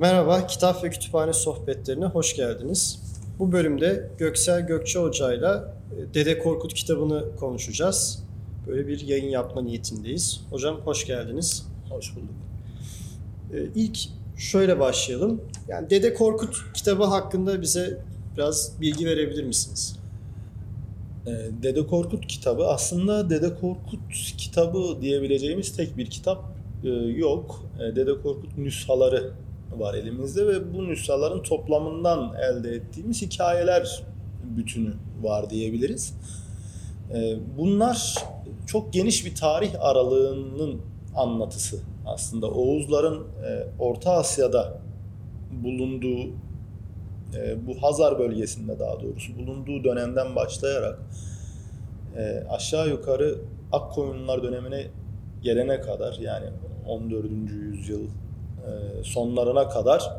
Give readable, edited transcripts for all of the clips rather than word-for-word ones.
Merhaba, Kitap ve Kütüphane Sohbetlerine hoş geldiniz. Bu bölümde Göksel Gökçe Hoca'yla Dede Korkut kitabını konuşacağız. Böyle bir yayın yapma niyetindeyiz. Hocam hoş geldiniz. Hoş bulduk. İlk şöyle başlayalım. Yani Dede Korkut kitabı hakkında bize biraz bilgi verebilir misiniz? Dede Korkut kitabı aslında Dede Korkut kitabı diyebileceğimiz tek bir kitap yok. Dede Korkut nüshaları var elimizde ve bu nüshaların toplamından elde ettiğimiz hikayeler bütünü var diyebiliriz. Bunlar çok geniş bir tarih aralığının anlatısı aslında. Oğuzların Orta Asya'da bulunduğu, bu Hazar bölgesinde daha doğrusu bulunduğu dönemden başlayarak aşağı yukarı Akkoyunlular dönemine gelene kadar, yani 14. yüzyıl sonlarına kadar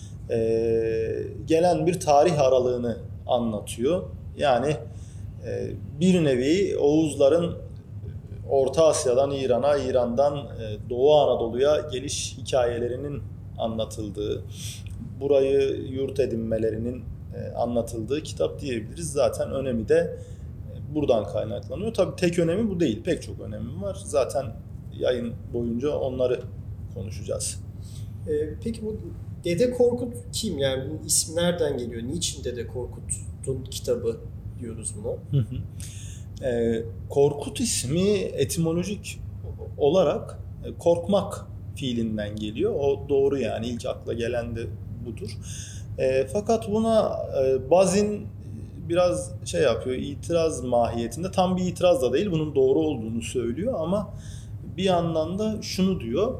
gelen bir tarih aralığını anlatıyor. Yani bir nevi Oğuzların Orta Asya'dan İran'a, İran'dan Doğu Anadolu'ya geliş hikayelerinin anlatıldığı, burayı yurt edinmelerinin anlatıldığı kitap diyebiliriz. Zaten önemi de buradan kaynaklanıyor. Tabii tek önemi bu değil, pek çok önemi var. Zaten yayın boyunca onları konuşacağız. Peki bu Dede Korkut kim? Yani bunun ismi nereden geliyor? Niçin Dede Korkut'un kitabı diyoruz buna? Korkut ismi etimolojik olarak korkmak fiilinden geliyor. O doğru, yani ilk akla gelen de budur. Fakat buna Bazin biraz şey yapıyor, itiraz mahiyetinde. Tam bir itiraz da değil, bunun doğru olduğunu söylüyor ama bir yandan da şunu diyor.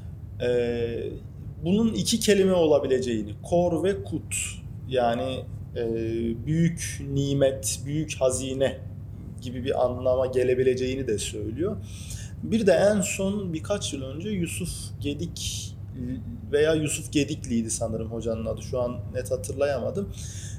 Bunun iki kelime olabileceğini, kor ve kut, yani büyük nimet, büyük hazine gibi bir anlama gelebileceğini de söylüyor. Bir de en son birkaç yıl önce Yusuf Gedik veya Yusuf Gedikli'ydi sanırım hocanın adı. Şu an net hatırlayamadım.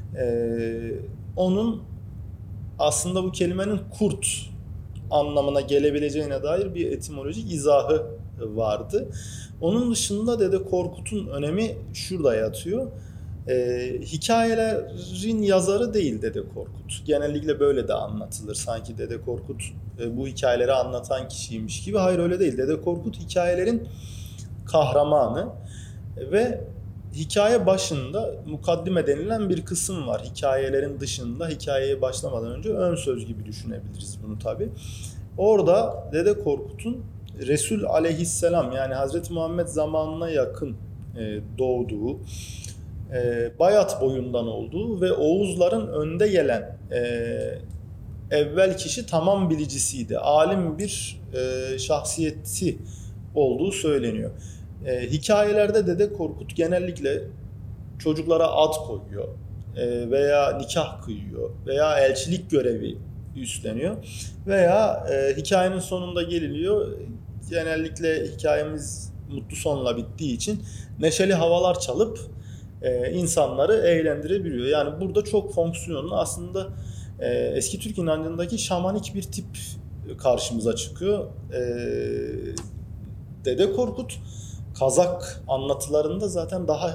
Onun aslında bu kelimenin kurt anlamına gelebileceğine dair bir etimolojik izahı vardı. Onun dışında Dede Korkut'un önemi şurada yatıyor. Hikayelerin yazarı değil Dede Korkut. Genellikle böyle de anlatılır. Sanki Dede Korkut bu hikayeleri anlatan kişiymiş gibi. Hayır, öyle değil. Dede Korkut hikayelerin kahramanı ve hikaye başında mukaddime denilen bir kısım var. Hikayelerin dışında, hikayeye başlamadan önce ön söz gibi düşünebiliriz bunu tabii. Orada Dede Korkut'un Resul Aleyhisselam, yani Hazreti Muhammed zamanına yakın doğduğu, Bayat boyundan olduğu ve Oğuzların önde gelen evvel kişi tamam bilicisiydi. Alim bir şahsiyeti olduğu söyleniyor. Hikayelerde Dede Korkut genellikle çocuklara ad koyuyor veya nikah kıyıyor veya elçilik görevi üstleniyor veya hikayenin sonunda geliniyor. Genellikle hikayemiz mutlu sonla bittiği için neşeli havalar çalıp insanları eğlendirebiliyor. Yani burada çok fonksiyonlu aslında eski Türk inancındaki şamanik bir tip karşımıza çıkıyor. Dede Korkut Kazak anlatılarında zaten daha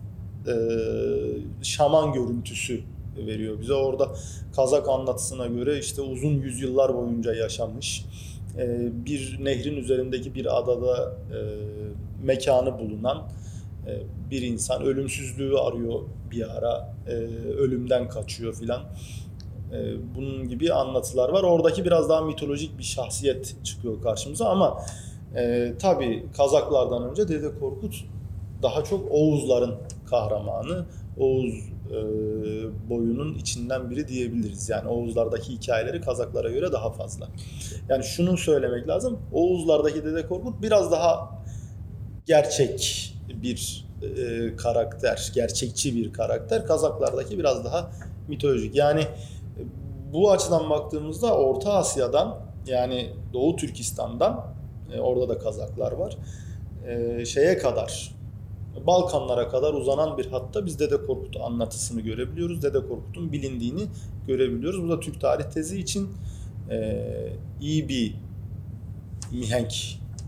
şaman görüntüsü veriyor bize. Orada Kazak anlatısına göre işte uzun yüzyıllar boyunca yaşamış, bir nehrin üzerindeki bir adada mekanı bulunan bir insan ölümsüzlüğü arıyor bir ara, ölümden kaçıyor filan. Bunun gibi anlatılar var. Oradaki biraz daha mitolojik bir şahsiyet çıkıyor karşımıza ama tabii Kazaklardan önce Dede Korkut daha çok Oğuzların kahramanı, Oğuz boyunun içinden biri diyebiliriz. Yani Oğuzlardaki hikayeleri Kazaklara göre daha fazla. Yani şunu söylemek lazım, Oğuzlardaki Dede Korkut biraz daha gerçek bir karakter, gerçekçi bir karakter. Kazaklardaki biraz daha mitolojik. Yani bu açıdan baktığımızda Orta Asya'dan, yani Doğu Türkistan'dan, orada da Kazaklar var, şeye kadar, Balkanlara kadar uzanan bir hatta biz Dede Korkut anlatısını görebiliyoruz. Dede Korkut'un bilindiğini görebiliyoruz. Bu da Türk tarih tezi için iyi bir mihenk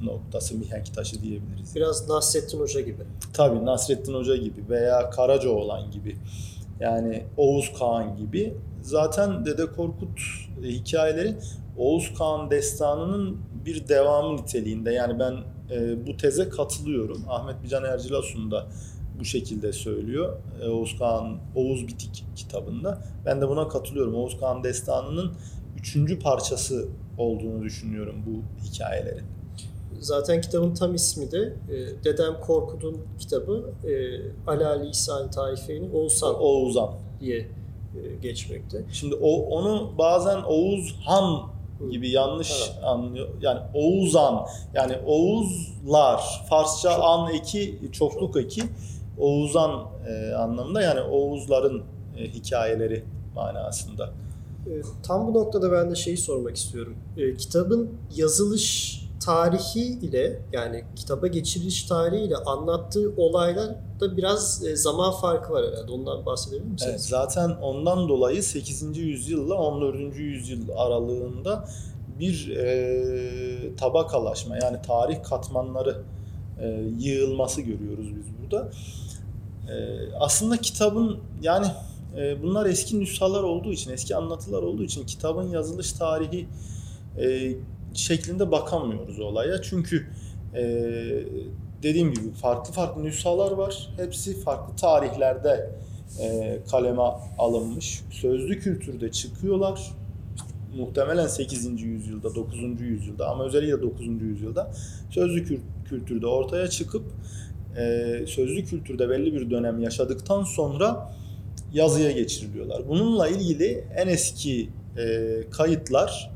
noktası, mihenk taşı diyebiliriz. Biraz Nasrettin Hoca gibi. Tabii Nasrettin Hoca gibi veya Karacaoğlan gibi, yani Oğuz Kağan gibi. Zaten Dede Korkut hikayeleri Oğuz Kağan destanının bir devamı niteliğinde. Yani ben bu teze katılıyorum. Ahmet Bican Ercilasun da bu şekilde söylüyor Oğuz Bitik kitabında. Ben de buna katılıyorum. Oğuz Kağan destanının 3. parçası olduğunu düşünüyorum bu hikayelerin. Zaten kitabın tam ismi de Dedem Korkut'un kitabı Ala Lisan Taife'nin Oğuzhan diye geçmekte. Şimdi onu bazen Oğuz Han gibi yanlış anlıyor. Yani Oğuzhan, yani Oğuzlar, Farsça an eki, çokluk eki, Oğuzhan anlamında, yani Oğuzların hikayeleri manasında. Tam bu noktada ben de şeyi sormak istiyorum. Kitabın yazılış tarihi ile, yani kitaba geçiriliş tarihi ile anlattığı olaylar da biraz zaman farkı var herhalde. Ondan bahsedebilir misiniz? Evet, zaten ondan dolayı 8. yüzyılla 14. yüzyıl aralığında bir tabakalaşma, yani tarih katmanları yığılması görüyoruz biz burada. Aslında kitabın, yani bunlar eski nüshalar olduğu için, eski anlatılar olduğu için kitabın yazılış tarihi şeklinde bakamıyoruz olaya. Çünkü dediğim gibi farklı nüshalar var. Hepsi farklı tarihlerde kaleme alınmış. Sözlü kültürde çıkıyorlar. İşte muhtemelen 8. yüzyılda, 9. yüzyılda, ama özellikle 9. yüzyılda sözlü kültürde ortaya çıkıp sözlü kültürde belli bir dönem yaşadıktan sonra yazıya geçiriliyorlar. Bununla ilgili en eski kayıtlar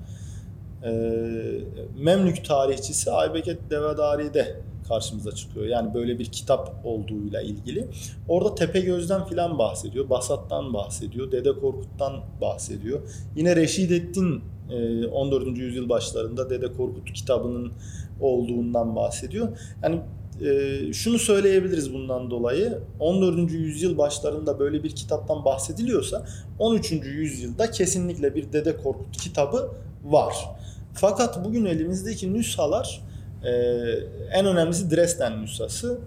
Memlük tarihçisi Aybeket Devedari'de karşımıza çıkıyor. Yani böyle bir kitap olduğuyla ilgili. Orada Tepegöz'den filan bahsediyor, Basat'tan bahsediyor, Dede Korkut'tan bahsediyor. Yine Reşidettin 14. yüzyıl başlarında Dede Korkut kitabının olduğundan bahsediyor. Yani şunu söyleyebiliriz bundan dolayı: 14. yüzyıl başlarında böyle bir kitaptan bahsediliyorsa 13. yüzyılda kesinlikle bir Dede Korkut kitabı var. Fakat bugün elimizdeki nüshalar, en önemlisi Dresden nüshası,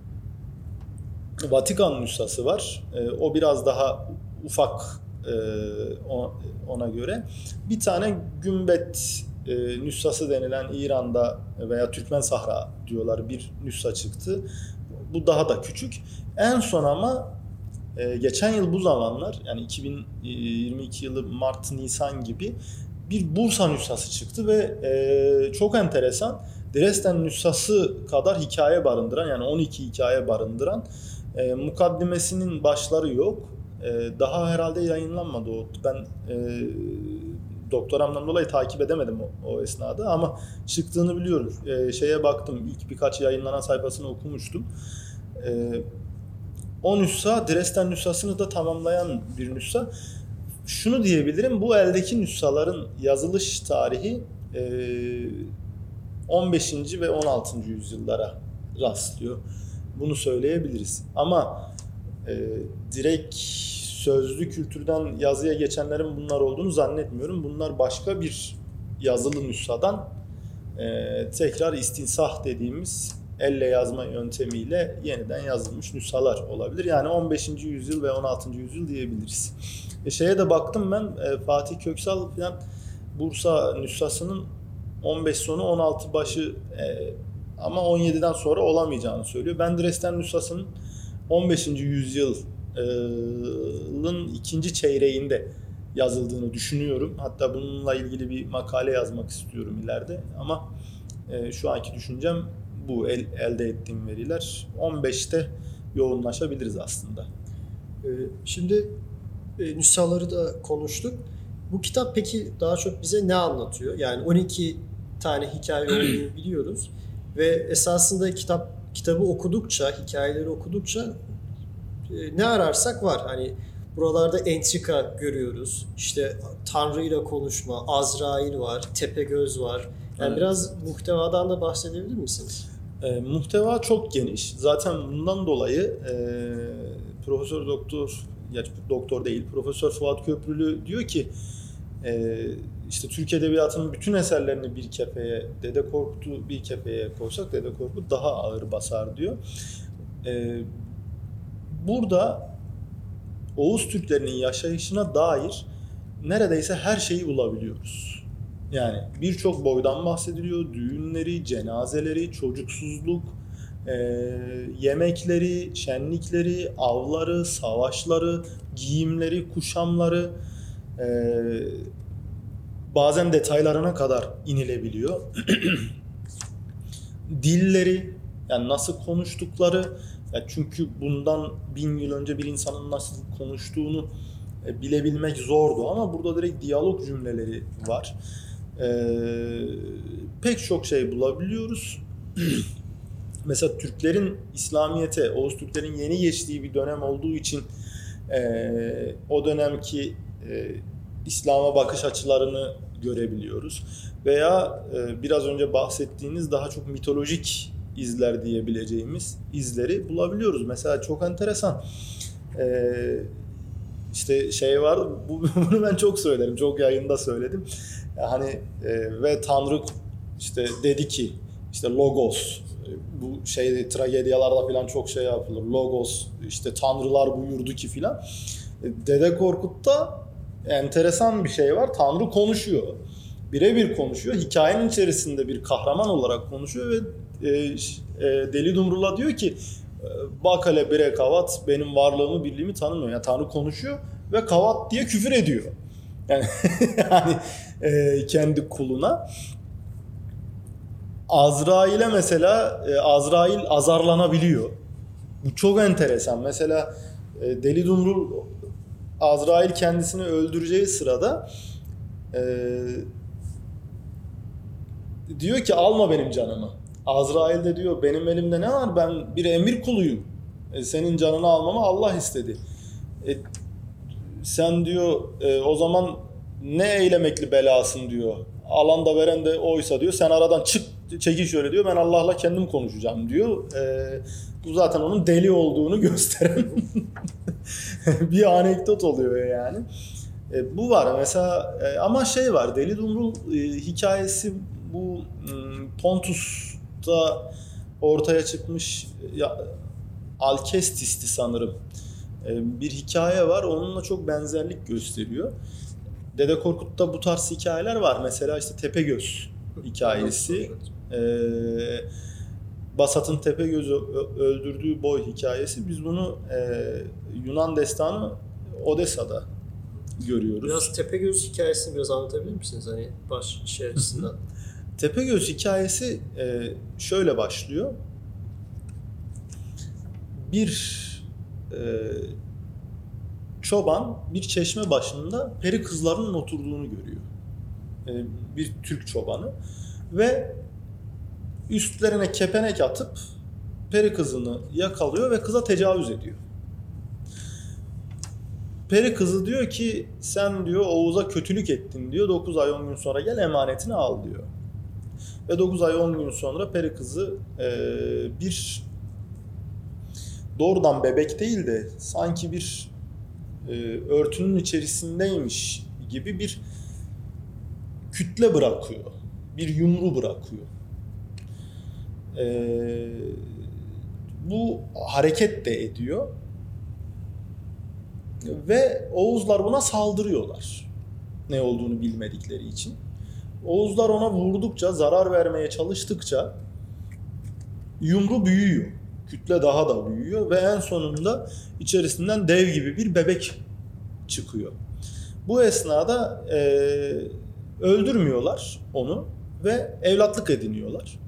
Vatikan nüshası var. O biraz daha ufak ona göre. Bir tane Gümbet nüshası denilen, İran'da veya Türkmen Sahra diyorlar, bir nüsha çıktı. Bu daha da küçük. En son ama geçen yıl bu zamanlar, yani 2022 yılı Mart-Nisan gibi bir Bursa nüshası çıktı ve çok enteresan, Dresden nüshası kadar hikaye barındıran, yani 12 hikaye barındıran, mukaddimesinin başları yok. Daha herhalde yayınlanmadı o. Ben doktoramdan dolayı takip edemedim o esnada, ama çıktığını biliyorum. Şeye baktım, ilk birkaç yayınlanan sayfasını okumuştum. O nüsha, Dresden nüshasını da tamamlayan bir nüsha. Şunu diyebilirim, bu eldeki nüshaların yazılış tarihi 15. ve 16. yüzyıllara rastlıyor. Bunu söyleyebiliriz. Ama direkt sözlü kültürden yazıya geçenlerin bunlar olduğunu zannetmiyorum. Bunlar başka bir yazılı nüshadan tekrar istinsah dediğimiz elle yazma yöntemiyle yeniden yazılmış nüshalar olabilir. Yani 15. yüzyıl ve 16. yüzyıl diyebiliriz. Şeye de baktım ben, Fatih Köksal falan Bursa nüshasının 15 sonu 16 başı ama 17'den sonra olamayacağını söylüyor. Ben Dresden nüshasının 15. yüzyılın ikinci çeyreğinde yazıldığını düşünüyorum. Hatta bununla ilgili bir makale yazmak istiyorum ileride, ama şu anki düşüncem bu. Elde ettiğim veriler 15'te yoğunlaşabiliriz aslında. Şimdi nüshaları da konuştuk. Bu kitap peki daha çok bize ne anlatıyor? Yani 12 tane hikaye olduğunu biliyoruz ve esasında kitabı okudukça, hikayeleri okudukça ne ararsak var. Hani buralarda entrika görüyoruz. İşte Tanrı ile konuşma, Azrail var, Tepegöz var. Yani evet. Biraz muhtevadan da bahsedebilir misiniz? Muhteva çok geniş. Zaten bundan dolayı Profesör Fuat Köprülü diyor ki işte Türk Edebiyatı'nın bütün eserlerini bir kefeye, Dede Korkut'u bir kefeye koysak Dede Korkut daha ağır basar diyor. Burada Oğuz Türklerinin yaşayışına dair neredeyse her şeyi bulabiliyoruz. Yani birçok boydan bahsediliyor. Düğünleri, cenazeleri, çocuksuzluk, yemekleri, şenlikleri, avları, savaşları, giyimleri, kuşamları, bazen detaylarına kadar inilebiliyor. Dilleri, yani nasıl konuştukları, yani çünkü bundan 1000 yıl önce bir insanın nasıl konuştuğunu bilebilmek zordu ama burada direkt diyalog cümleleri var. Pek çok şey bulabiliyoruz. Mesela Türklerin İslamiyet'e, Oğuz Türklerin yeni geçtiği bir dönem olduğu için o dönemki İslam'a bakış açılarını görebiliyoruz. Veya biraz önce bahsettiğiniz daha çok mitolojik izler diyebileceğimiz izleri bulabiliyoruz. Mesela çok enteresan. İşte şey var, bunu ben çok söylerim, çok yayında söyledim. Hani ve Tanrı işte dedi ki, işte Logos, bu şey tragedyalarda falan çok şey yapılır. Logos, işte tanrılar buyurdu ki filan. Dede Korkut'ta enteresan bir şey var. Tanrı konuşuyor. Birebir konuşuyor. Hikayenin içerisinde bir kahraman olarak konuşuyor ve Deli Dumrul'a diyor ki bak hele bre kavat benim varlığımı birliğimi tanımıyor. Yani Tanrı konuşuyor ve kavat diye küfür ediyor. Yani, yani kendi kuluna. Azrail'e mesela Azrail azarlanabiliyor. Bu çok enteresan. Mesela Deli Dumrul Azrail kendisini öldüreceği sırada diyor ki alma benim canımı. Azrail de diyor benim elimde ne var, ben bir emir kuluyum. Senin canını almamı Allah istedi. Sen diyor o zaman ne eylemekli belasın diyor. Alan da veren de oysa diyor. Sen aradan çık, çekil şöyle diyor. Ben Allah'la kendim konuşacağım diyor. Bu zaten onun deli olduğunu gösteren bir anekdot oluyor yani. Bu var mesela ama şey var. Deli Dumrul hikayesi bu Pontus'ta ortaya çıkmış Alkestis'ti sanırım. Bir hikaye var. Onunla çok benzerlik gösteriyor. Dede Korkut'ta bu tarz hikayeler var. Mesela işte Tepegöz hikayesi. Basat'ın Tepegöz'ü öldürdüğü boy hikayesi. Biz bunu Yunan destanı Odessa'da görüyoruz. Biraz Tepegöz hikayesini biraz anlatabilir misiniz? Hani şey açısından. Tepegöz hikayesi şöyle başlıyor. Bir çoban bir çeşme başında peri kızlarının oturduğunu görüyor. Bir Türk çobanı ve üstlerine kepenek atıp peri kızını yakalıyor ve kıza tecavüz ediyor. Peri kızı diyor ki sen diyor Oğuz'a kötülük ettin diyor. 9 ay 10 gün sonra gel emanetini al diyor. Ve 9 ay 10 gün sonra peri kızı bir doğrudan bebek değil de sanki bir örtünün içerisindeymiş gibi bir kütle bırakıyor. Bir yumru bırakıyor. Bu hareket de ediyor. Ve Oğuzlar buna saldırıyorlar. Ne olduğunu bilmedikleri için. Oğuzlar ona vurdukça, zarar vermeye çalıştıkça yumru büyüyor. Kütle daha da büyüyor ve en sonunda içerisinden dev gibi bir bebek çıkıyor. Bu esnada öldürmüyorlar onu ve evlatlık ediniyorlar.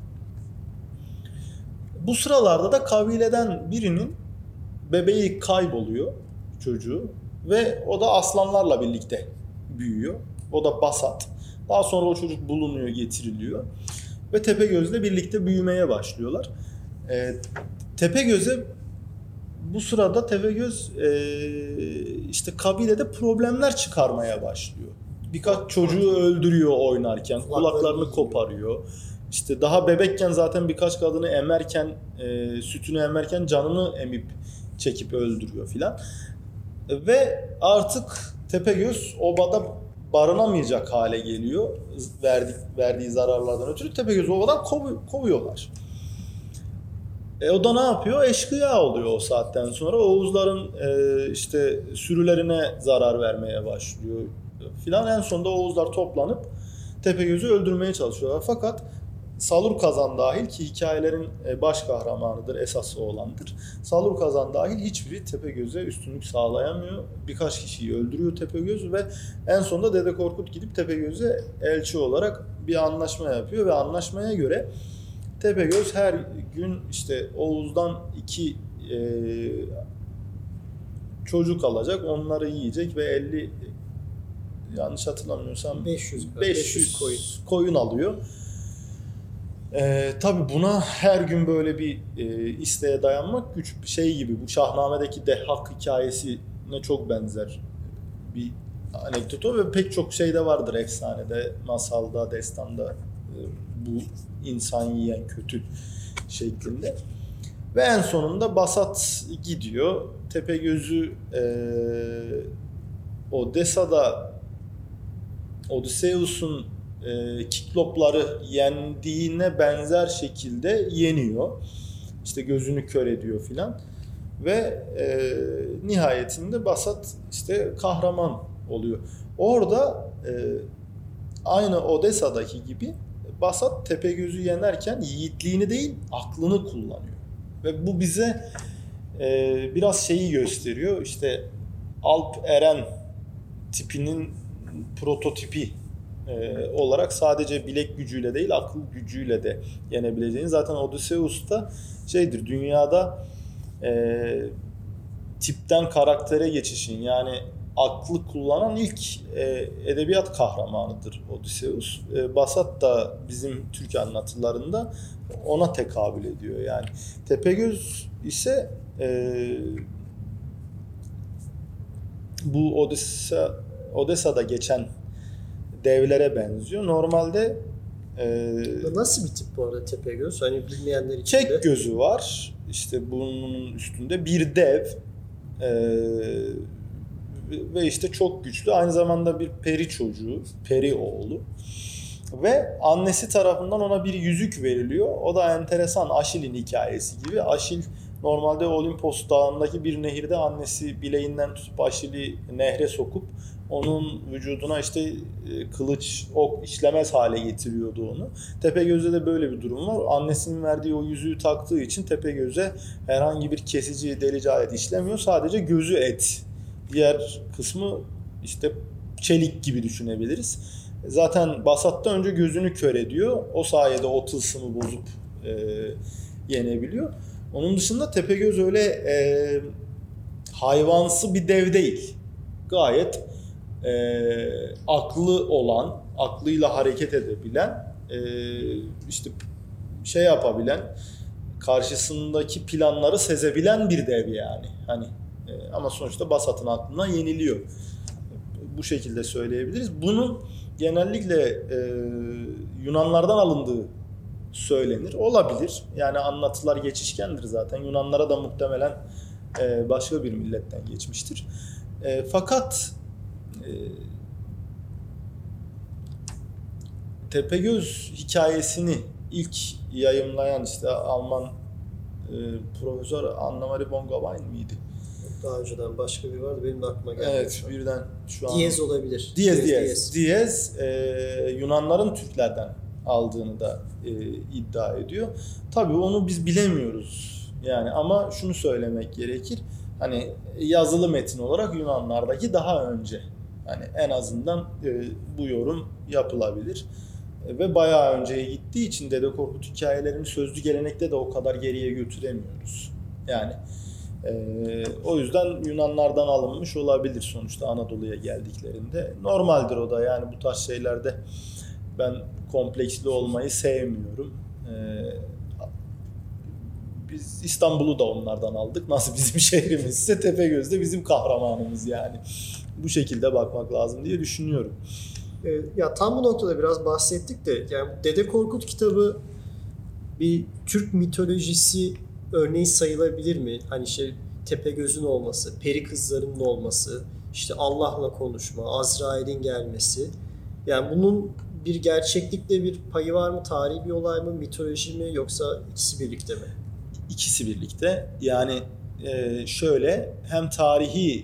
Bu sıralarda da kabileden birinin bebeği kayboluyor, çocuğu, ve o da aslanlarla birlikte büyüyor. O da Basat. Daha sonra o çocuk bulunuyor, getiriliyor ve Tepegöz'le birlikte büyümeye başlıyorlar. Tepegöz'e bu sırada Tepegöz işte kabilede problemler çıkarmaya başlıyor. Birkaç çocuğu öldürüyor oynarken, kulaklarını koparıyor. İşte daha bebekken zaten birkaç kadını emerken, sütünü emerken canını emip çekip öldürüyor filan. Ve artık Tepegöz obada barınamayacak hale geliyor verdiği zararlardan ötürü. Tepegöz'ü ovadan kovuyorlar. O da ne yapıyor? Eşkıya oluyor o saatten sonra. Oğuzların işte sürülerine zarar vermeye başlıyor filan. En sonunda Oğuzlar toplanıp Tepegöz'ü öldürmeye çalışıyorlar. Fakat Salur Kazan dahil, ki hikayelerin baş kahramanıdır, esası olandır. Salur Kazan dahil hiçbiri Tepegöz'e üstünlük sağlayamıyor. Birkaç kişiyi öldürüyor Tepegöz ve en sonunda Dede Korkut gidip Tepegöz'e elçi olarak bir anlaşma yapıyor ve anlaşmaya göre Tepegöz her gün işte Oğuz'dan 2 çocuk alacak, onları yiyecek ve 50, yanlış hatırlamıyorsam 500 koyun alıyor. Tabii buna her gün böyle bir isteğe dayanmak güç, bir şey gibi. Bu Şahnamedeki Dehhak hikayesine çok benzer bir anekdot o ve pek çok şeyde vardır, efsanede, masalda, destanda bu insan yiyen kötü şeklinde. Ve en sonunda Basat gidiyor. Tepegöz'ü Odessa'da Odysseus'un Kiklopları yendiğine benzer şekilde yeniyor. İşte gözünü kör ediyor filan. Ve nihayetinde Basat işte kahraman oluyor. Orada aynı Odessa'daki gibi Basat Tepegöz'ü yenerken yiğitliğini değil, aklını kullanıyor. Ve bu bize biraz şeyi gösteriyor. İşte Alp Eren tipinin prototipi olarak sadece bilek gücüyle değil, akıl gücüyle de yenebileceğini. Zaten Odysseus da şeydir, dünyada tipten karaktere geçişin, yani aklı kullanan ilk edebiyat kahramanıdır Odysseus. Basat da bizim Türk anlatılarında ona tekabül ediyor yani. Tepegöz ise bu Odessa'da geçen devlere benziyor. Normalde nasıl bir tip bu arada Tepegöz? Hani bilmeyenler için de. Kek gözü var. İşte bunun üstünde bir dev. Ve işte çok güçlü. Aynı zamanda bir peri çocuğu, peri oğlu. Ve annesi tarafından ona bir yüzük veriliyor. O da enteresan, Aşil'in hikayesi gibi. Aşil normalde Olimpos dağındaki bir nehirde annesi bileğinden tutup Aşil'i nehre sokup onun vücuduna işte kılıç, ok işlemez hale getiriyordu onu. Tepegöz'de de böyle bir durum var. Annesinin verdiği o yüzüğü taktığı için Tepegöz'e herhangi bir kesici, delici alet işlemiyor. Sadece gözü et. Diğer kısmı işte çelik gibi düşünebiliriz. Zaten Basat'ta önce gözünü kör ediyor. O sayede o tılsımı bozup yenebiliyor. Onun dışında Tepegöz öyle hayvansı bir dev değil. Gayet aklı olan, aklıyla hareket edebilen, işte şey yapabilen, karşısındaki planları sezebilen bir dev yani. Hani ama sonuçta Basat'ın aklına yeniliyor. Bu şekilde söyleyebiliriz. Bunun genellikle Yunanlardan alındığı söylenir. Olabilir. Yani anlatılar geçişkendir zaten. Yunanlara da muhtemelen başka bir milletten geçmiştir. Fakat Tepegöz hikayesini ilk yayımlayan işte Alman profesör Annemarie von Gawijn miydi? Daha önceden başka bir vardı, benim de aklıma geldi. Evet, birden şu an. Diez olabilir. Diez Yunanların Türklerden aldığını da iddia ediyor. Tabii onu biz bilemiyoruz. Yani ama şunu söylemek gerekir. Hani yazılı metin olarak Yunanlardaki daha önce. Hani en azından bu yorum yapılabilir. Ve bayağı önceye gittiği için Dede Korkut hikayelerini sözlü gelenekte de o kadar geriye götüremiyoruz. Yani o yüzden Yunanlardan alınmış olabilir sonuçta Anadolu'ya geldiklerinde. Normaldir o da, yani bu tarz şeylerde ben kompleksli olmayı sevmiyorum. Biz İstanbul'u da onlardan aldık. Nasıl bizim şehrimizse Tepegöz de bizim kahramanımız yani. Bu şekilde bakmak lazım diye düşünüyorum. Ya tam bu noktada biraz bahsettik de, yani Dede Korkut kitabı bir Türk mitolojisi örneği sayılabilir mi? Hani Tepegöz'ün olması, peri kızlarının olması, işte Allah'la konuşma, Azrail'in gelmesi. Yani bunun bir gerçeklikle bir payı var mı? Tarihi bir olay mı? Mitoloji mi? Yoksa ikisi birlikte mi? İkisi birlikte. Yani şöyle, hem tarihi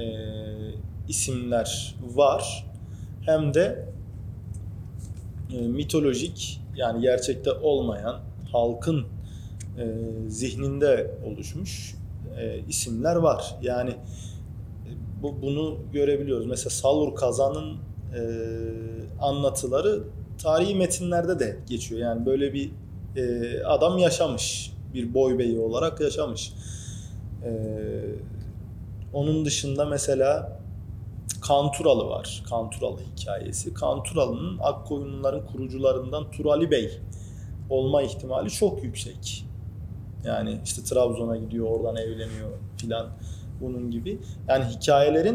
isimler var hem de mitolojik, yani gerçekte olmayan, halkın zihninde oluşmuş isimler var. Yani bunu görebiliyoruz. Mesela Salur Kazan'ın anlatıları tarihi metinlerde de geçiyor. Yani böyle bir adam yaşamış. Bir boy beyi olarak yaşamış. Onun dışında mesela Kanturalı var. Kanturalı hikayesi. Kanturalı'nın Akkoyunluların kurucularından Turali Bey olma ihtimali çok yüksek. Yani işte Trabzon'a gidiyor, oradan evleniyor filan, bunun gibi. Yani hikayelerin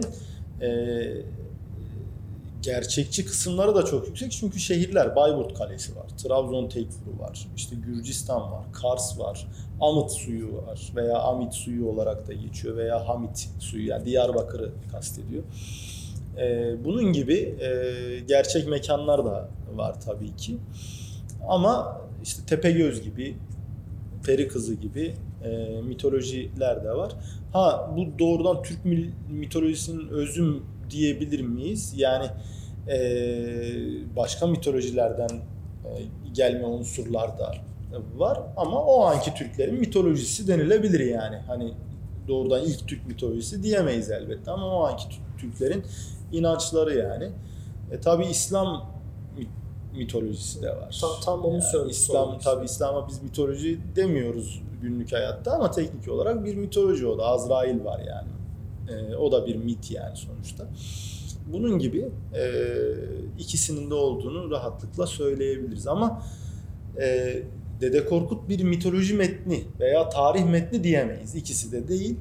gerçekçi kısımları da çok yüksek çünkü şehirler, Bayburt Kalesi var, Trabzon Tekfuru var, işte Gürcistan var, Kars var, Amıt suyu var veya Amit suyu olarak da geçiyor veya Hamit suyu, yani Diyarbakır'ı kastediyor. Bunun gibi gerçek mekanlar da var tabii ki. Ama işte Tepegöz gibi, Peri Kızı gibi mitolojiler de var. Ha, bu doğrudan Türk mitolojisinin özü diyebilir miyiz? Yani başka mitolojilerden gelme unsurlar da var ama o anki Türklerin mitolojisi denilebilir yani. Hani doğrudan ilk Türk mitolojisi diyemeyiz elbette ama o anki Türklerin inançları yani. Tabii İslam mitolojisi de var. Tam onu yani söyleyeyim. İslam'a biz mitoloji demiyoruz günlük hayatta ama teknik olarak bir mitoloji o da. Azrail var yani. O da bir mit yani sonuçta. Bunun gibi ikisinin de olduğunu rahatlıkla söyleyebiliriz ama Dede Korkut bir mitoloji metni veya tarih metni diyemeyiz. İkisi de değil.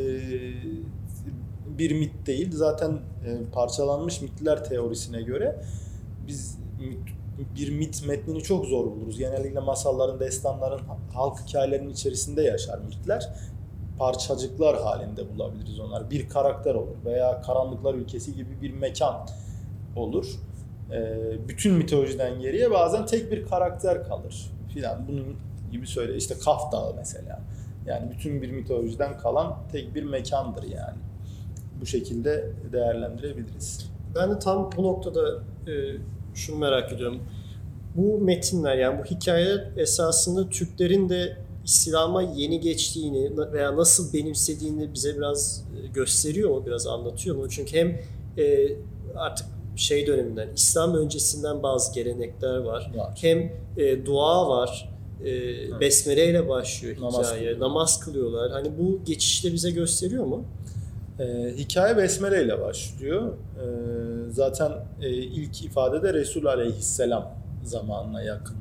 Bir mit değil. Zaten parçalanmış mitler teorisine göre biz bir mit metnini çok zor buluruz. Genellikle masalların, destanların, halk hikayelerinin içerisinde yaşar mitler. Parçacıklar halinde bulabiliriz onlar. Bir karakter olur veya Karanlıklar Ülkesi gibi bir mekan olur. Bütün mitolojiden geriye bazen tek bir karakter kalır filan. Bunun gibi söyle. İşte Kaf Dağı mesela. Yani bütün bir mitolojiden kalan tek bir mekandır yani. Bu şekilde değerlendirebiliriz. Ben de tam bu noktada şunu merak ediyorum. Bu metinler, yani bu hikayeler esasında Türklerin de İslam'a yeni geçtiğini veya nasıl benimsediğini bize biraz gösteriyor mu, biraz anlatıyor mu? Çünkü hem artık şey döneminden, İslam öncesinden bazı gelenekler var. Hem dua var. Besmele ile başlıyor hikaye. Namaz kılıyorlar. Hani bu geçişte bize gösteriyor mu? Hikaye Besmele ile başlıyor. Zaten ilk ifadede Resul Aleyhisselam zamanına yakın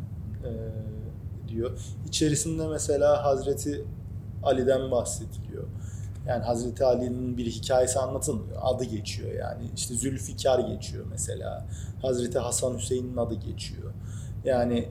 diyor. İçerisinde mesela Hazreti Ali'den bahsediliyor. Yani Hazreti Ali'nin bir hikayesi anlatılmıyor. Adı geçiyor yani. İşte Zülfikar geçiyor mesela. Hazreti Hasan Hüseyin'in adı geçiyor. Yani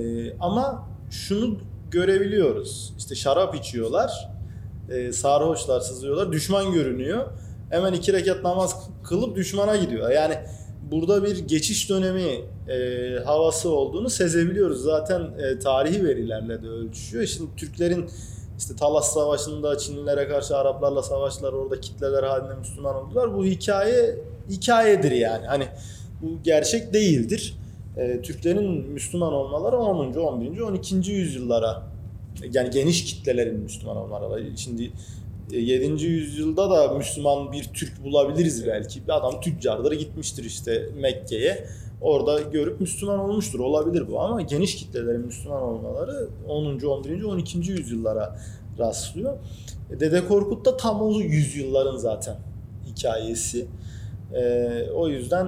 ama şunu görebiliyoruz. İşte şarap içiyorlar. Sarhoşlar, sızıyorlar. Düşman görünüyor. Hemen 2 rekat namaz kılıp düşmana gidiyor. Yani burada bir geçiş dönemi havası olduğunu sezebiliyoruz. Zaten tarihi verilerle de ölçüşüyor. Şimdi Türklerin işte Talas Savaşı'nda Çinlilere karşı Araplarla savaştılar. Orada kitleler halinde Müslüman oldular. Bu hikayedir yani. Hani bu gerçek değildir. Türklerin Müslüman olmaları 10. 11. 12. yüzyıllara, yani geniş kitlelerin Müslüman olmaları. Şimdi 7. yüzyılda da Müslüman bir Türk bulabiliriz belki. Bir adam tüccardır, gitmiştir işte Mekke'ye. Orada görüp Müslüman olmuştur. Olabilir bu ama geniş kitlelerin Müslüman olmaları 10. 11. 12. yüzyıllara rastlıyor. Dede Korkut da tam o yüzyılların zaten hikayesi. O yüzden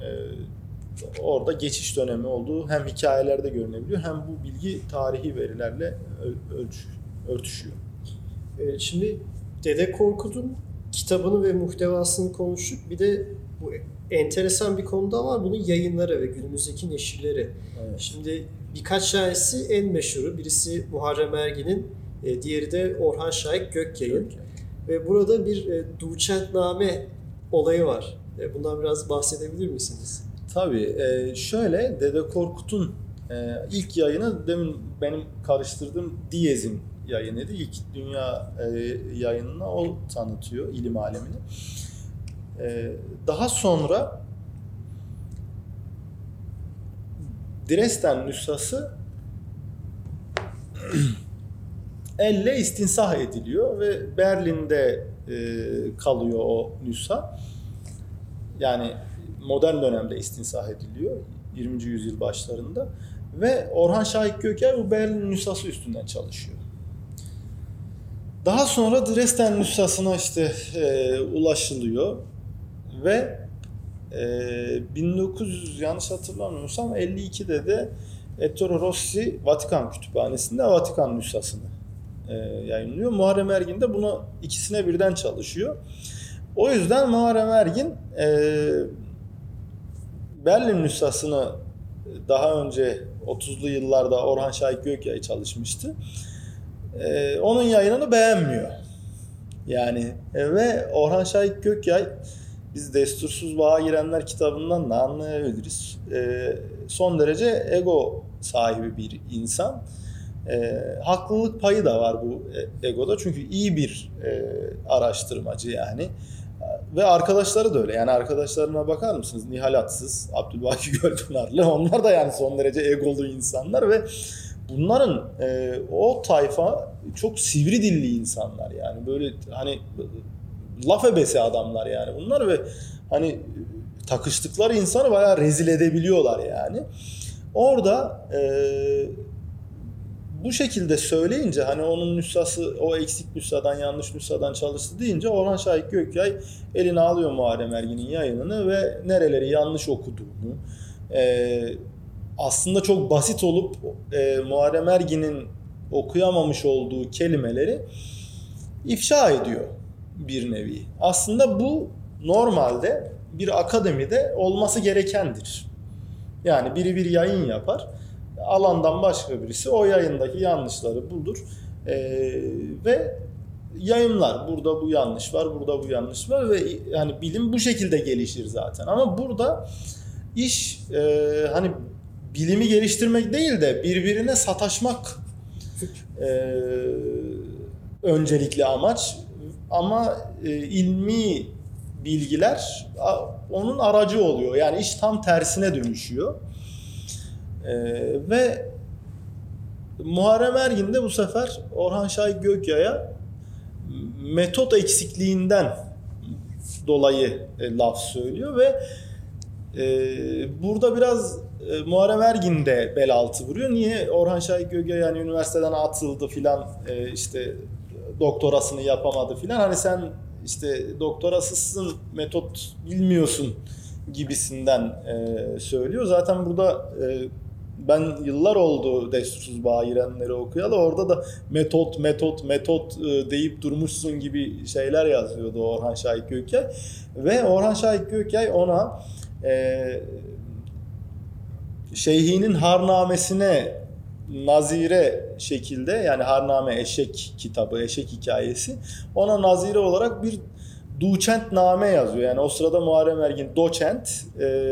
orada geçiş dönemi olduğu hem hikayelerde görünebiliyor hem bu bilgi tarihi verilerle örtüşüyor. Şimdi Dede Korkut'un kitabını ve muhtevasını konuştuk. Bir de bu enteresan bir konu da var. Bunun yayınları ve günümüzdeki neşirleri. Evet. Şimdi birkaç tanesi en meşhuru. Birisi Muharrem Ergin'in, diğeri de Orhan Şahik Gökyayın. Ve burada bir Duçentname olayı var. Bundan biraz bahsedebilir misiniz? Tabii. Şöyle, Dede Korkut'un ilk yayını demin benim karıştırdığım Diyez'in yayınıydı. İlk dünya yayınına o tanıtıyor ilim alemini. Daha sonra Dresden nüshası elle istinsah ediliyor ve Berlin'de kalıyor o nüsha. Yani modern dönemde istinsah ediliyor 20. yüzyıl başlarında ve Orhan Şahik Gökay bu Berlin nüshası üstünden çalışıyor. Daha sonra Dresden nüshasına ulaşılıyor ve 1900 yanlış hatırlamıyorsam 52'de de Ettore Rossi Vatikan Kütüphanesi'nde Vatikan nüshasını yayınlıyor. Muharrem Ergin de buna ikisine birden çalışıyor. O yüzden Muharrem Ergin Berlin nüshasını daha önce 30'lu yıllarda Orhan Şahik Gökyay çalışmıştı. Onun yayınını beğenmiyor. Yani ve Orhan Şahik Gökyay biz Destursuz Bağa Girenler kitabından da anlayabiliriz. Son derece ego sahibi bir insan. Haklılık payı da var bu egoda çünkü iyi bir araştırmacı yani. Ve arkadaşları da öyle. Yani arkadaşlarına bakar mısınız? Nihal Atsız, Abdülbaki Gölpınarlı. Onlar da yani son derece egolu insanlar ve bunların o tayfa çok sivri dilli insanlar yani. Böyle hani laf ebesi adamlar yani bunlar ve hani takıştıkları insanı bayağı rezil edebiliyorlar yani. Orada bu şekilde söyleyince hani onun nüshası o eksik nüshadan yanlış nüshadan çalıştı deyince Orhan Şahik Gökyay eline alıyor Muharrem Ergin'in yayınını ve nereleri yanlış okuduğunu aslında çok basit olup Muharrem Ergin'in okuyamamış olduğu kelimeleri ifşa ediyor bir nevi. Aslında bu normalde bir akademide olması gerekendir. Yani biri bir yayın yapar. Alandan başka birisi o yayındaki yanlışları bulur ve yayınlar. Burada bu yanlış var, burada bu yanlış var ve yani bilim bu şekilde gelişir zaten. Ama burada iş hani bilimi geliştirmek değil de birbirine sataşmak öncelikli amaç. Ama ilmi bilgiler onun aracı oluyor. Yani iş tam tersine dönüşüyor. Ve Muharrem Ergin de bu sefer Orhan Şahik Gökyay'a metot eksikliğinden dolayı laf söylüyor ve burada biraz Muharrem Ergin de bel altı vuruyor. Niye? Orhan Şahik Gökyay yani üniversiteden atıldı filan doktorasını yapamadı filan. Hani sen doktorasızsın, metot bilmiyorsun gibisinden söylüyor. Zaten burada ben yıllar oldu Destursuz Bağa Girenleri okuyalı. Orada da metot deyip durmuşsun gibi şeyler yazıyordu Orhan Şahik Gökyay. Ve Orhan Şahik Gökyay ona Şeyhi'nin Harnamesine nazire şekilde yani Harname eşek kitabı, eşek hikayesi ona nazire olarak bir Duçentname yazıyor. Yani o sırada Muharrem Ergin doçent.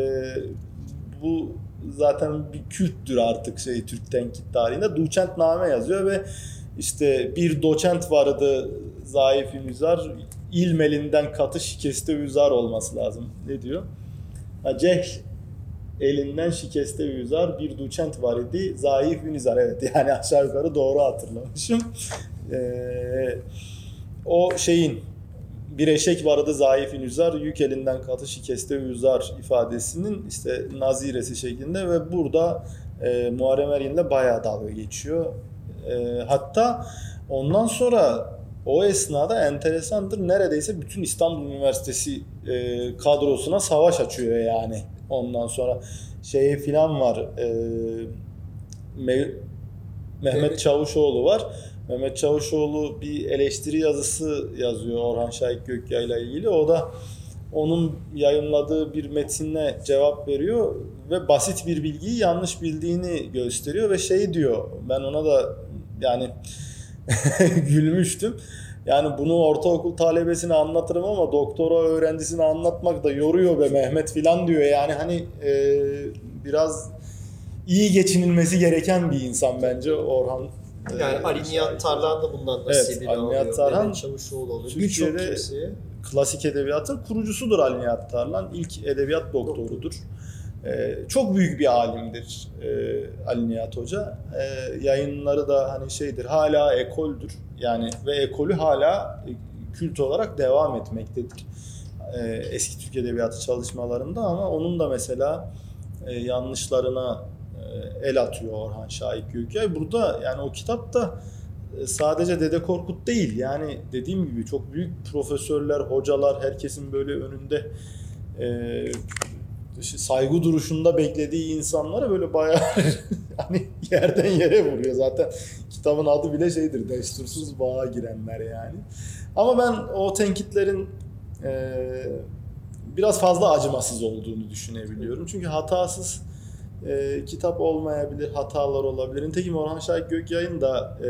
Bu zaten bir kültdür artık Türk tenkit tarihinde. Duçentname yazıyor ve bir doçent vardı zayıf-ı nüzar, ilm elinden katı şikeste yüzar olması lazım. Ne diyor? Cehl elinden şikeste yüzar bir duçent var idi zayıf-ı nüzar. Evet yani aşağı yukarı doğru hatırlamışım. O bir eşek vardı zayıf-ı nüzar, yük elinden katı şikeste yüzar ifadesinin naziresi şeklinde ve burada Muharrem Ergin'le bayağı dalga geçiyor. Hatta ondan sonra o esnada enteresandır neredeyse bütün İstanbul Üniversitesi kadrosuna savaş açıyor yani. Ondan sonra filan var. Mehmet Çavuşoğlu var. Mehmet Çavuşoğlu bir eleştiri yazısı yazıyor Orhan Şahik Gökyay'la ilgili. O da onun yayınladığı bir metinle cevap veriyor ve basit bir bilgiyi yanlış bildiğini gösteriyor ve diyor. Ben ona da yani gülmüştüm. Yani bunu ortaokul talebesine anlatırım ama doktora öğrencisine anlatmak da yoruyor be Mehmet filan diyor. Yani hani biraz iyi geçinilmesi gereken bir insan bence Orhan. Yani Ali Nihat Tarhan da bundan nasibini Ali Nihat alıyor. Tarhan, Mehmet Çavuşoğlu oluyor. Birçok Türkiye'de kimseye. klasik edebiyatın kurucusudur Ali Nihat Tarhan. İlk edebiyat doktorudur. Çok büyük bir alimdir Ali Nihat Hoca. Yayınları da hani şeydir, hala ekoldür. Yani ve ekolü hala kült olarak devam etmektedir. Eski Türk Edebiyatı çalışmalarında ama onun da mesela yanlışlarına el atıyor Orhan Şahik Gökyay. Burada yani o kitapta sadece Dede Korkut değil, yani dediğim gibi çok büyük profesörler, hocalar, herkesin böyle önünde saygı duruşunda beklediği insanlara böyle bayağı hani yerden yere vuruyor. Zaten kitabın adı bile şeydir, destursuz bağa girenler yani. Ama ben o tenkitlerin biraz fazla acımasız olduğunu düşünebiliyorum. Çünkü hatasız kitap olmayabilir, hatalar olabilir. Nitekim Orhan Şahik Gökyay'ın da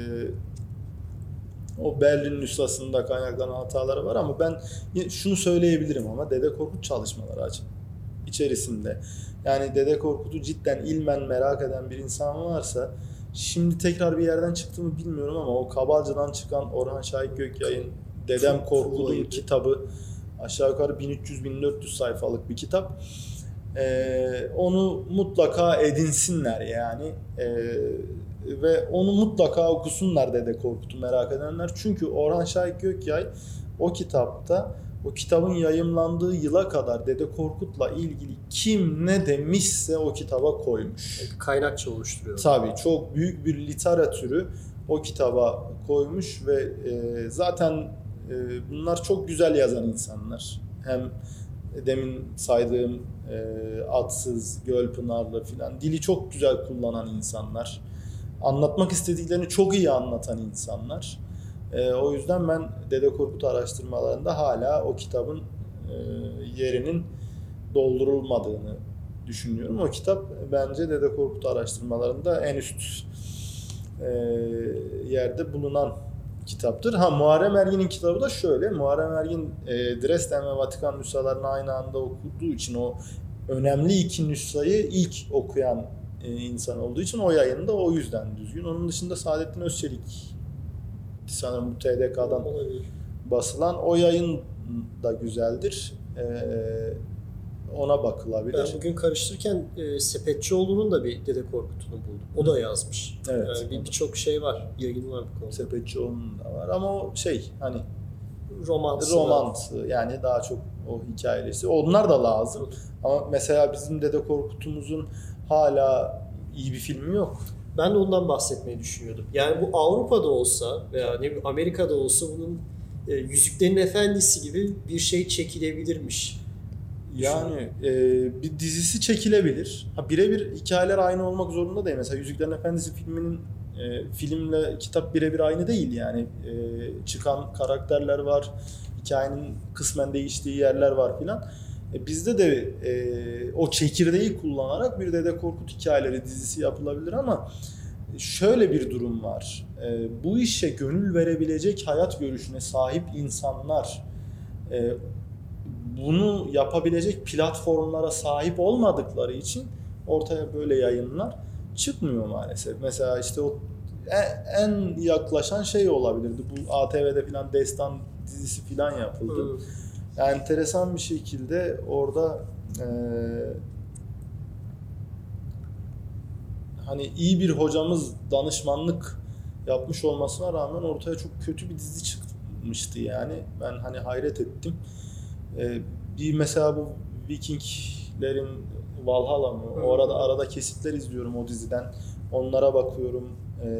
o Berlin nüshasında kaynaklanan hataları var ama ben şunu söyleyebilirim ama Dede Korkut çalışmaları içerisinde. Yani Dede Korkut'u cidden ilmen merak eden bir insan varsa, şimdi tekrar bir yerden çıktı mı bilmiyorum ama o Kabalca'dan çıkan Orhan Şahik Gökyay'ın Dedem Korkut'un kitabı aşağı yukarı 1300-1400 sayfalık bir kitap. Onu mutlaka edinsinler yani. Ve onu mutlaka okusunlar Dede Korkut'u merak edenler. Çünkü Orhan Şahik Gökyay o kitapta, o kitabın yayımlandığı yıla kadar Dede Korkut'la ilgili kim ne demişse o kitaba koymuş. Kaynakça oluşturuyor. Tabii çok büyük bir literatürü o kitaba koymuş ve zaten bunlar çok güzel yazan insanlar. Hem demin saydığım Adsız, Gölpınarlı filan dili çok güzel kullanan insanlar. Anlatmak istediklerini çok iyi anlatan insanlar. O yüzden ben Dede Korkut araştırmalarında hala o kitabın yerinin doldurulmadığını düşünüyorum. O kitap bence Dede Korkut araştırmalarında en üst yerde bulunan kitaptır. Muharrem Ergin'in kitabı da şöyle. Muharrem Ergin Dresden ve Vatikan nüshalarını aynı anda okuduğu için o önemli iki nüshayı ilk okuyan insan olduğu için o yayında o yüzden düzgün. Onun dışında Saadettin Özçelik sanırım bu TDK'dan basılan o yayın da güzeldir. Ona bakılabilir. Ben bugün karıştırırken Sepetçioğlu'nun da bir Dede Korkut'unu buldum. O da yazmış. Evet. Yani birçok şey var. Yayın var bu konuda. Sepetçioğlu'nun da var ama o şey hani Romans yani daha çok o hikayesi. Onlar da lazım. Ama mesela bizim Dede Korkut'umuzun hala iyi bir filmi yok. Ben de ondan bahsetmeyi düşünüyordum. Yani bu Avrupa'da olsa veya ne bileyim Amerika'da olsa bunun Yüzüklerin Efendisi gibi bir şey çekilebilirmiş. Yani bir dizisi çekilebilir. Birebir hikayeler aynı olmak zorunda değil. Mesela Yüzüklerin Efendisi filminin filmle kitap birebir aynı değil yani. Çıkan karakterler var, hikayenin kısmen değiştiği yerler var filan. Bizde de o çekirdeği kullanarak bir Dede Korkut hikayeleri dizisi yapılabilir ama şöyle bir durum var. Bu işe gönül verebilecek hayat görüşüne sahip insanlar bunu yapabilecek platformlara sahip olmadıkları için ortaya böyle yayınlar çıkmıyor maalesef. Mesela işte o en yaklaşan şey olabilirdi. Bu ATV'de filan Destan dizisi filan yapıldı. Yani enteresan bir şekilde orada hani iyi bir hocamız danışmanlık yapmış olmasına rağmen ortaya çok kötü bir dizi çıkmıştı yani. Ben hani hayret ettim. Bir mesela bu Vikinglerin Valhalla mı? Orada arada kesitler izliyorum o diziden. Onlara bakıyorum.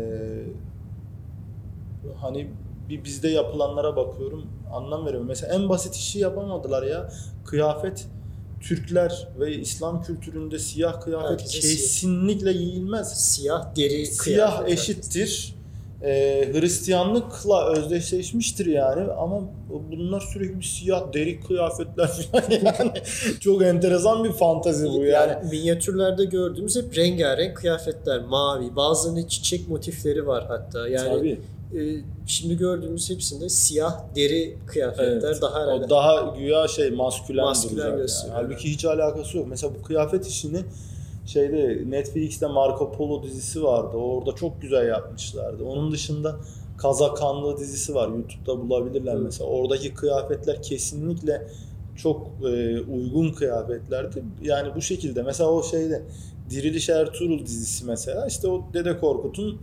Hani bir bizde yapılanlara bakıyorum. Anlam veriyorum. Mesela en basit işi yapamadılar ya. Kıyafet. Türkler ve İslam kültüründe siyah kıyafet herkese kesinlikle giyilmez. Siyah deri Siyah kıyafet eşittir. Hristiyanlıkla özdeşleşmiştir yani ama bunlar sürekli siyah deri kıyafetler falan yani çok enteresan bir fantezi bu yani. Minyatürlerde gördüğümüz hep rengarenk kıyafetler, mavi, bazılarında çiçek motifleri var hatta yani. Tabii. Şimdi gördüğümüz hepsinde siyah deri kıyafetler, Evet. daha herhalde O daha güya maskülen Maskülen duracak yani. gösteriyor. Halbuki hiç alakası yok. Mesela bu kıyafet işini Netflix'te Marco Polo dizisi vardı. Orada çok güzel yapmışlardı. Onun dışında Kazakanlı dizisi var. YouTube'da bulabilirler Evet. mesela. Oradaki kıyafetler kesinlikle çok uygun kıyafetlerdi. Yani bu şekilde. Mesela o Diriliş Ertuğrul dizisi mesela. İşte o Dede Korkut'un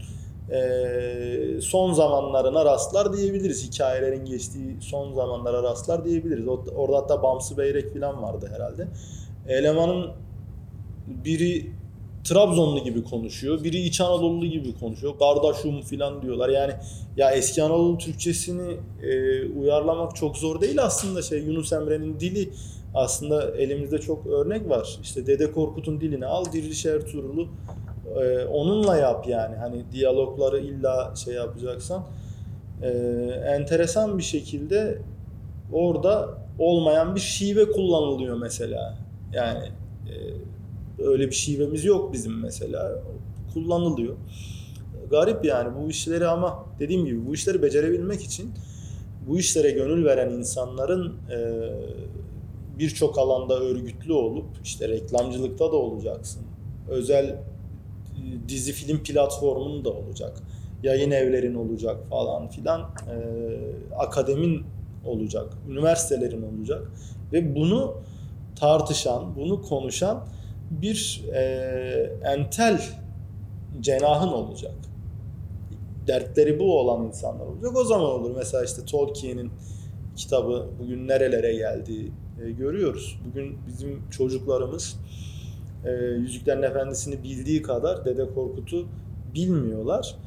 son zamanlarına rastlar diyebiliriz. Hikayelerin geçtiği son zamanlara rastlar diyebiliriz. Orada hatta Bamsı Beyrek falan vardı herhalde. Elemanın biri Trabzonlu gibi konuşuyor, biri İç Anadolu gibi konuşuyor. Kardeşim falan diyorlar. Yani ya eski Anadolu Türkçesini uyarlamak çok zor değil aslında. Yunus Emre'nin dili aslında elimizde çok örnek var. İşte Dede Korkut'un dilini al, Diriliş Ertuğrul'u onunla yap yani. Hani diyalogları illa yapacaksan. Enteresan bir şekilde orada olmayan bir şive kullanılıyor mesela. Yani öyle bir şivemiz yok bizim mesela. Kullanılıyor. Garip yani bu işleri, ama dediğim gibi bu işleri becerebilmek için bu işlere gönül veren insanların birçok alanda örgütlü olup işte reklamcılıkta da olacaksın. Özel dizi film platformun da olacak. Yayın evlerin olacak falan filan. Akademin olacak. Üniversitelerin olacak. Ve bunu tartışan, bunu konuşan bir entel cenahın olacak. Dertleri bu olan insanlar olacak. O zaman olur. Mesela işte Tolkien'in kitabı bugün nerelere geldi görüyoruz. Bugün bizim çocuklarımız Yüzüklerin Efendisi'ni bildiği kadar Dede Korkut'u bilmiyorlar.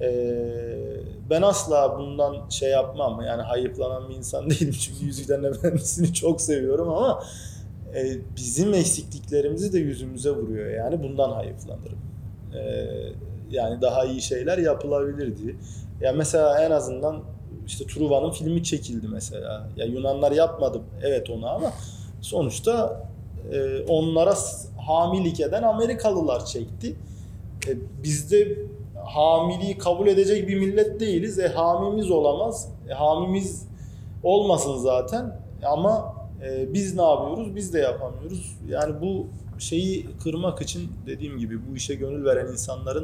Ben asla bundan yapmam. Yani hayıflanan bir insan değilim. Çünkü Yüzüklerin Efendisi'ni çok seviyorum ama bizim eksikliklerimizi de yüzümüze vuruyor. Yani bundan hayıflanırım. Yani daha iyi şeyler yapılabilirdi. Ya mesela en azından işte Truva'nın filmi çekildi mesela. Ya Yunanlar yapmadı evet onu, ama sonuçta onlara hamilik eden Amerikalılar çekti. Biz de hamiliği kabul edecek bir millet değiliz. Hamimiz olamaz. Hamimiz olmasın zaten. Ama biz ne yapıyoruz? Biz de yapamıyoruz. Yani bu şeyi kırmak için dediğim gibi bu işe gönül veren insanların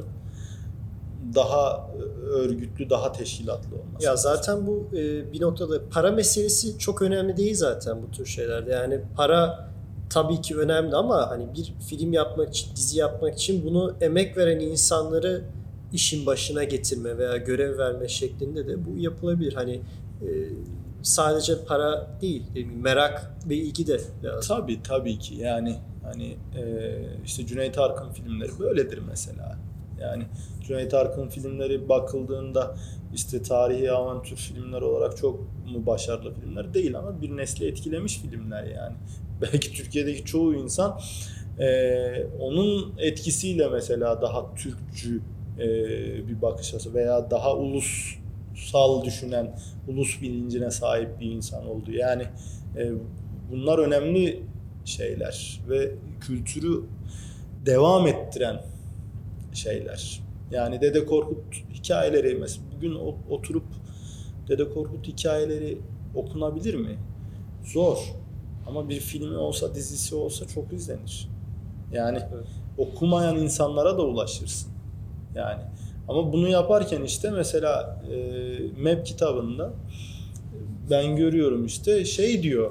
daha örgütlü, daha teşkilatlı olması. Ya zaten bu bir noktada para meselesi çok önemli değil zaten bu tür şeylerde. Yani para tabii ki önemli ama hani bir film yapmak için, dizi yapmak için bunu emek veren insanları işin başına getirme veya görev verme şeklinde de bu yapılabilir. Hani sadece para değil, merak ve ilgi de lazım. Tabii ki. Yani hani işte Cüneyt Arkın filmleri böyledir mesela. Yani Cüneyt Arkın filmleri bakıldığında işte tarihi avantür filmler olarak çok mu başarılı filmler değil, ama bir nesli etkilemiş filmler yani. Belki Türkiye'deki çoğu insan onun etkisiyle mesela daha Türkçü bir bakış açısı veya daha ulusal düşünen, ulus bilincine sahip bir insan oldu. Yani bunlar önemli şeyler ve kültürü devam ettiren şeyler. Yani Dede Korkut hikayeleri mesela bugün oturup Dede Korkut hikayeleri okunabilir mi? Zor. Ama bir filmi olsa, dizisi olsa çok izlenir. Yani Evet. okumayan insanlara da ulaşırsın. Yani ama bunu yaparken işte mesela MEP kitabında ben görüyorum işte diyor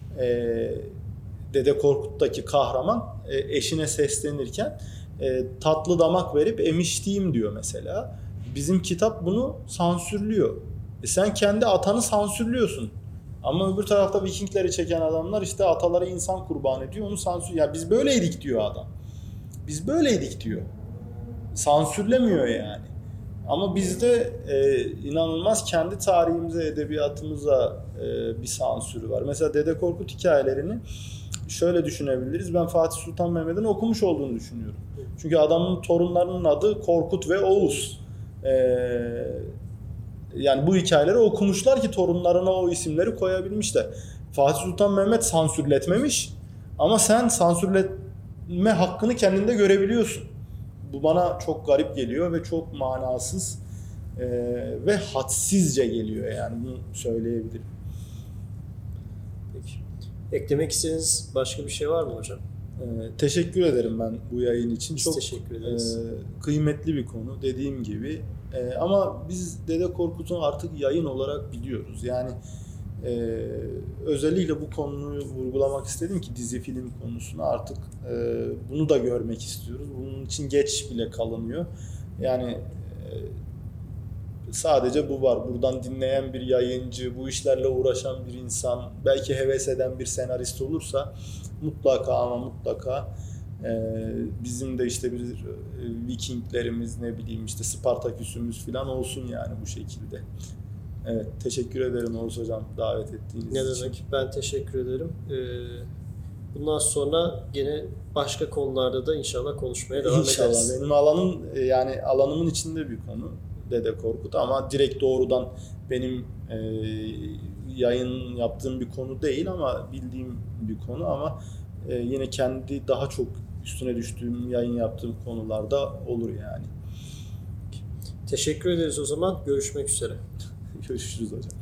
Dede Korkut'taki kahraman eşine seslenirken tatlı damak verip emiştiğim diyor mesela. Bizim kitap bunu sansürlüyor. Sen kendi atanı sansürlüyorsun. Ama öbür tarafta Vikingleri çeken adamlar işte ataları insan kurban ediyor. Onu sansür. Ya biz böyleydik diyor adam. Biz böyleydik diyor. Sansürlemiyor yani. Ama bizde inanılmaz kendi tarihimize, edebiyatımıza bir sansürü var. Mesela Dede Korkut hikayelerini şöyle düşünebiliriz. Ben Fatih Sultan Mehmet'in okumuş olduğunu düşünüyorum. Çünkü adamın torunlarının adı Korkut ve Oğuz. Yani bu hikayeleri okumuşlar ki torunlarına o isimleri koyabilmişler. Fatih Sultan Mehmet sansürletmemiş ama sen sansürletme hakkını kendinde görebiliyorsun. Bu bana çok garip geliyor ve çok manasız. Ve hadsizce geliyor, yani bunu söyleyebilirim. Peki. Eklemek istediğiniz başka bir şey var mı hocam? Teşekkür ederim ben bu yayın için. Biz Çok teşekkür ederiz. kıymetli bir konu dediğim gibi. Ama biz Dede Korkut'u artık yayın olarak biliyoruz. Yani özellikle bu konuyu vurgulamak istedim ki dizi film konusunu artık bunu da görmek istiyoruz. Bunun için geç bile kalınıyor. Yani sadece bu var. Buradan dinleyen bir yayıncı, bu işlerle uğraşan bir insan, belki heves eden bir senarist olursa mutlaka ama mutlaka bizim de işte bir Vikinglerimiz, ne bileyim işte Spartaküs'ümüz falan olsun yani bu şekilde. Evet, teşekkür ederim Oğuz Hocam davet ettiğiniz Ne için. demek? Ben teşekkür ederim. Bundan sonra gene başka konularda da inşallah konuşmaya devam İnşallah. ederiz. Benim alanım, yani alanımın içinde bir konu Dede Korkut, ama direkt doğrudan benim yayın yaptığım bir konu değil ama bildiğim bir konu, ama yine kendi daha çok üstüne düştüğüm, yayın yaptığım konularda olur yani. Teşekkür ederiz o zaman. Görüşmek üzere. Görüşürüz hocam.